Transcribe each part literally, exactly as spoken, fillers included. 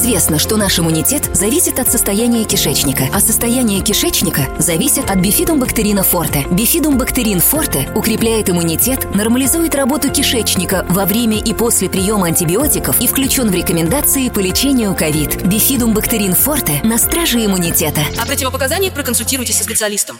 Известно, что наш иммунитет зависит от состояния кишечника, а состояние кишечника зависит от Bifidum-Bacterin Forte. Bifidum-Bacterin Forte укрепляет иммунитет, нормализует работу кишечника во время и после приема антибиотиков и включен в рекомендации по лечению ковид. Bifidum-Bacterin Forte на страже иммунитета. О противопоказаниях проконсультируйтесь со специалистом.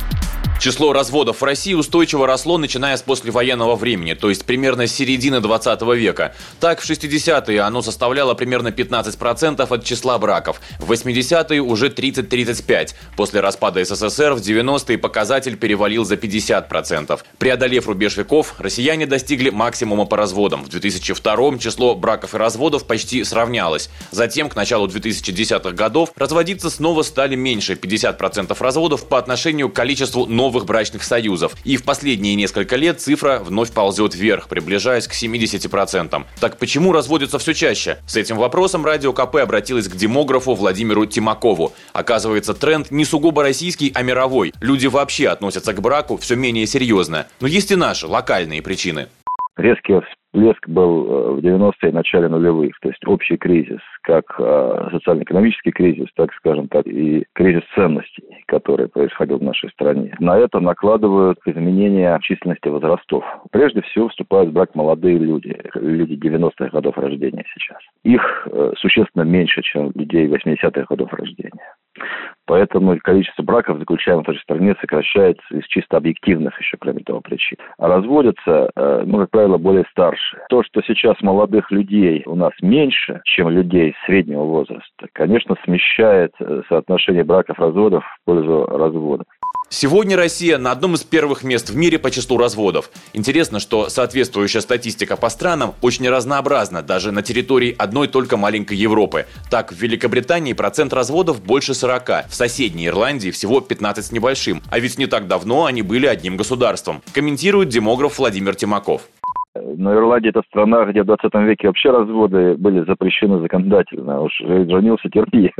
Число разводов в России устойчиво росло, начиная с послевоенного времени, то есть примерно с середины двадцатого века. Так, в шестидесятые оно составляло примерно пятнадцать процентов от числа браков, в восьмидесятые уже тридцать-тридцать пять процентов. После распада СССР в девяностые показатель перевалил за пятьдесят процентов. Преодолев рубеж веков, россияне достигли максимума по разводам. В две тысячи втором число браков и разводов почти сравнялось. Затем, к началу две тысячи десятых годов, разводиться снова стали меньше – пятьдесят процентов разводов по отношению к количеству новых новых брачных союзов. И в последние несколько лет цифра вновь ползет вверх, приближаясь к семидесяти процентам. Так почему разводятся все чаще? С этим вопросом Радио КП обратилась к демографу Владимиру Тимакову. Оказывается, тренд не сугубо российский, а мировой. Люди вообще относятся к браку все менее серьезно. Но есть и наши локальные причины. Резкий всплеск был в девяностые и начале нулевых, то есть общий кризис, как социально-экономический кризис, так скажем, так и кризис ценностей, который происходил в нашей стране. На это накладывают изменения численности возрастов. Прежде всего вступают в брак молодые люди, люди девяностых годов рождения сейчас. Их существенно меньше, чем людей восьмидесятых годов рождения. Поэтому количество браков, заключаемых в нашей стране, сокращается из чисто объективных еще, кроме того, причин. А разводятся, ну, как правило, более старшие. То, что сейчас молодых людей у нас меньше, чем людей среднего возраста, конечно, смещает соотношение браков-разводов в пользу разводов. Сегодня Россия на одном из первых мест в мире по числу разводов. Интересно, что соответствующая статистика по странам очень разнообразна, даже на территории одной только маленькой Европы. Так, в Великобритании процент разводов больше сорока, в соседней Ирландии всего пятнадцать с небольшим. А ведь не так давно они были одним государством, комментирует демограф Владимир Тимаков. Но Ирландия – это страна, где в двадцатом веке вообще разводы были запрещены законодательно. Уж женился, терпи.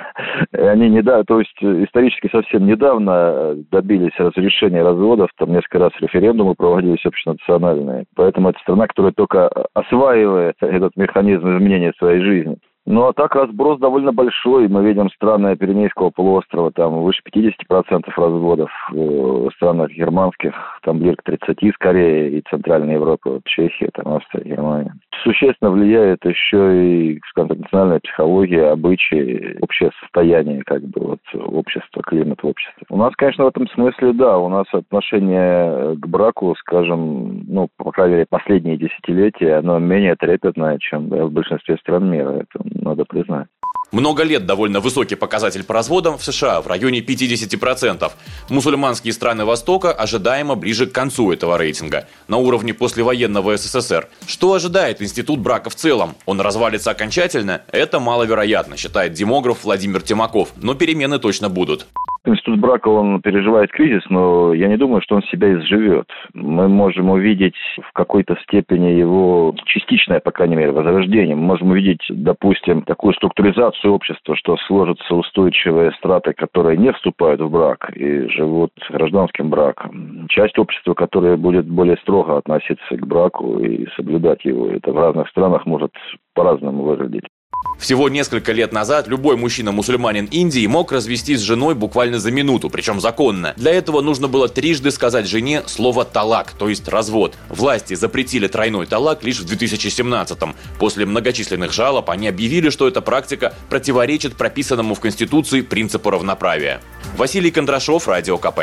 Они не да, то есть исторически совсем недавно добились разрешения разводов. Там несколько раз референдумы проводились общенациональные. Поэтому это страна, которая только осваивает этот механизм изменения своей жизни. Ну, а так разброс довольно большой. Мы видим страны Пиренейского полуострова, там выше пятьдесят процентов разводов. В странах германских, там ближе к тридцати скорее, и Центральной Европы, Чехия, там Австрия, Германия. Существенно влияет еще и, скажем, национальная психология, обычаи, общее состояние, как бы, вот, общества, климат в обществе. У нас, конечно, в этом смысле, да, у нас отношение к браку, скажем, ну, по крайней мере, последние десятилетия, оно менее трепетное, чем, да, в большинстве стран мира. Это надо признать. Много лет довольно высокий показатель по разводам в США, в районе пятидесяти процентов. Мусульманские страны Востока ожидаемо ближе к концу этого рейтинга, на уровне послевоенного СССР. Что ожидает институт брака в целом? Он развалится окончательно? Это маловероятно, считает демограф Владимир Тимаков, но перемены точно будут. Институт брака, он переживает кризис, но я не думаю, что он себя изживет. Мы можем увидеть в какой-то степени его частичное, по крайней мере, возрождение. Мы можем увидеть, допустим, такую структуризацию общества, что сложатся устойчивые страты, которые не вступают в брак и живут гражданским браком. Часть общества, которая будет более строго относиться к браку и соблюдать его. Это в разных странах может по-разному выглядеть. Всего несколько лет назад любой мужчина-мусульманин Индии мог развестись с женой буквально за минуту, причем законно. Для этого нужно было трижды сказать жене слово «талак», то есть «развод». Власти запретили тройной талак лишь в две тысячи семнадцатом. После многочисленных жалоб они объявили, что эта практика противоречит прописанному в Конституции принципу равноправия. Василий Кондрашов, Радио КП.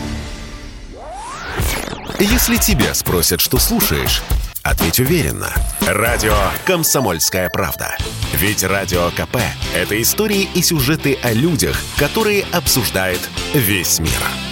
Если тебя спросят, что слушаешь, ответь уверенно. Радио «Комсомольская правда». Ведь Радио КП – это истории и сюжеты о людях, которые обсуждает весь мир.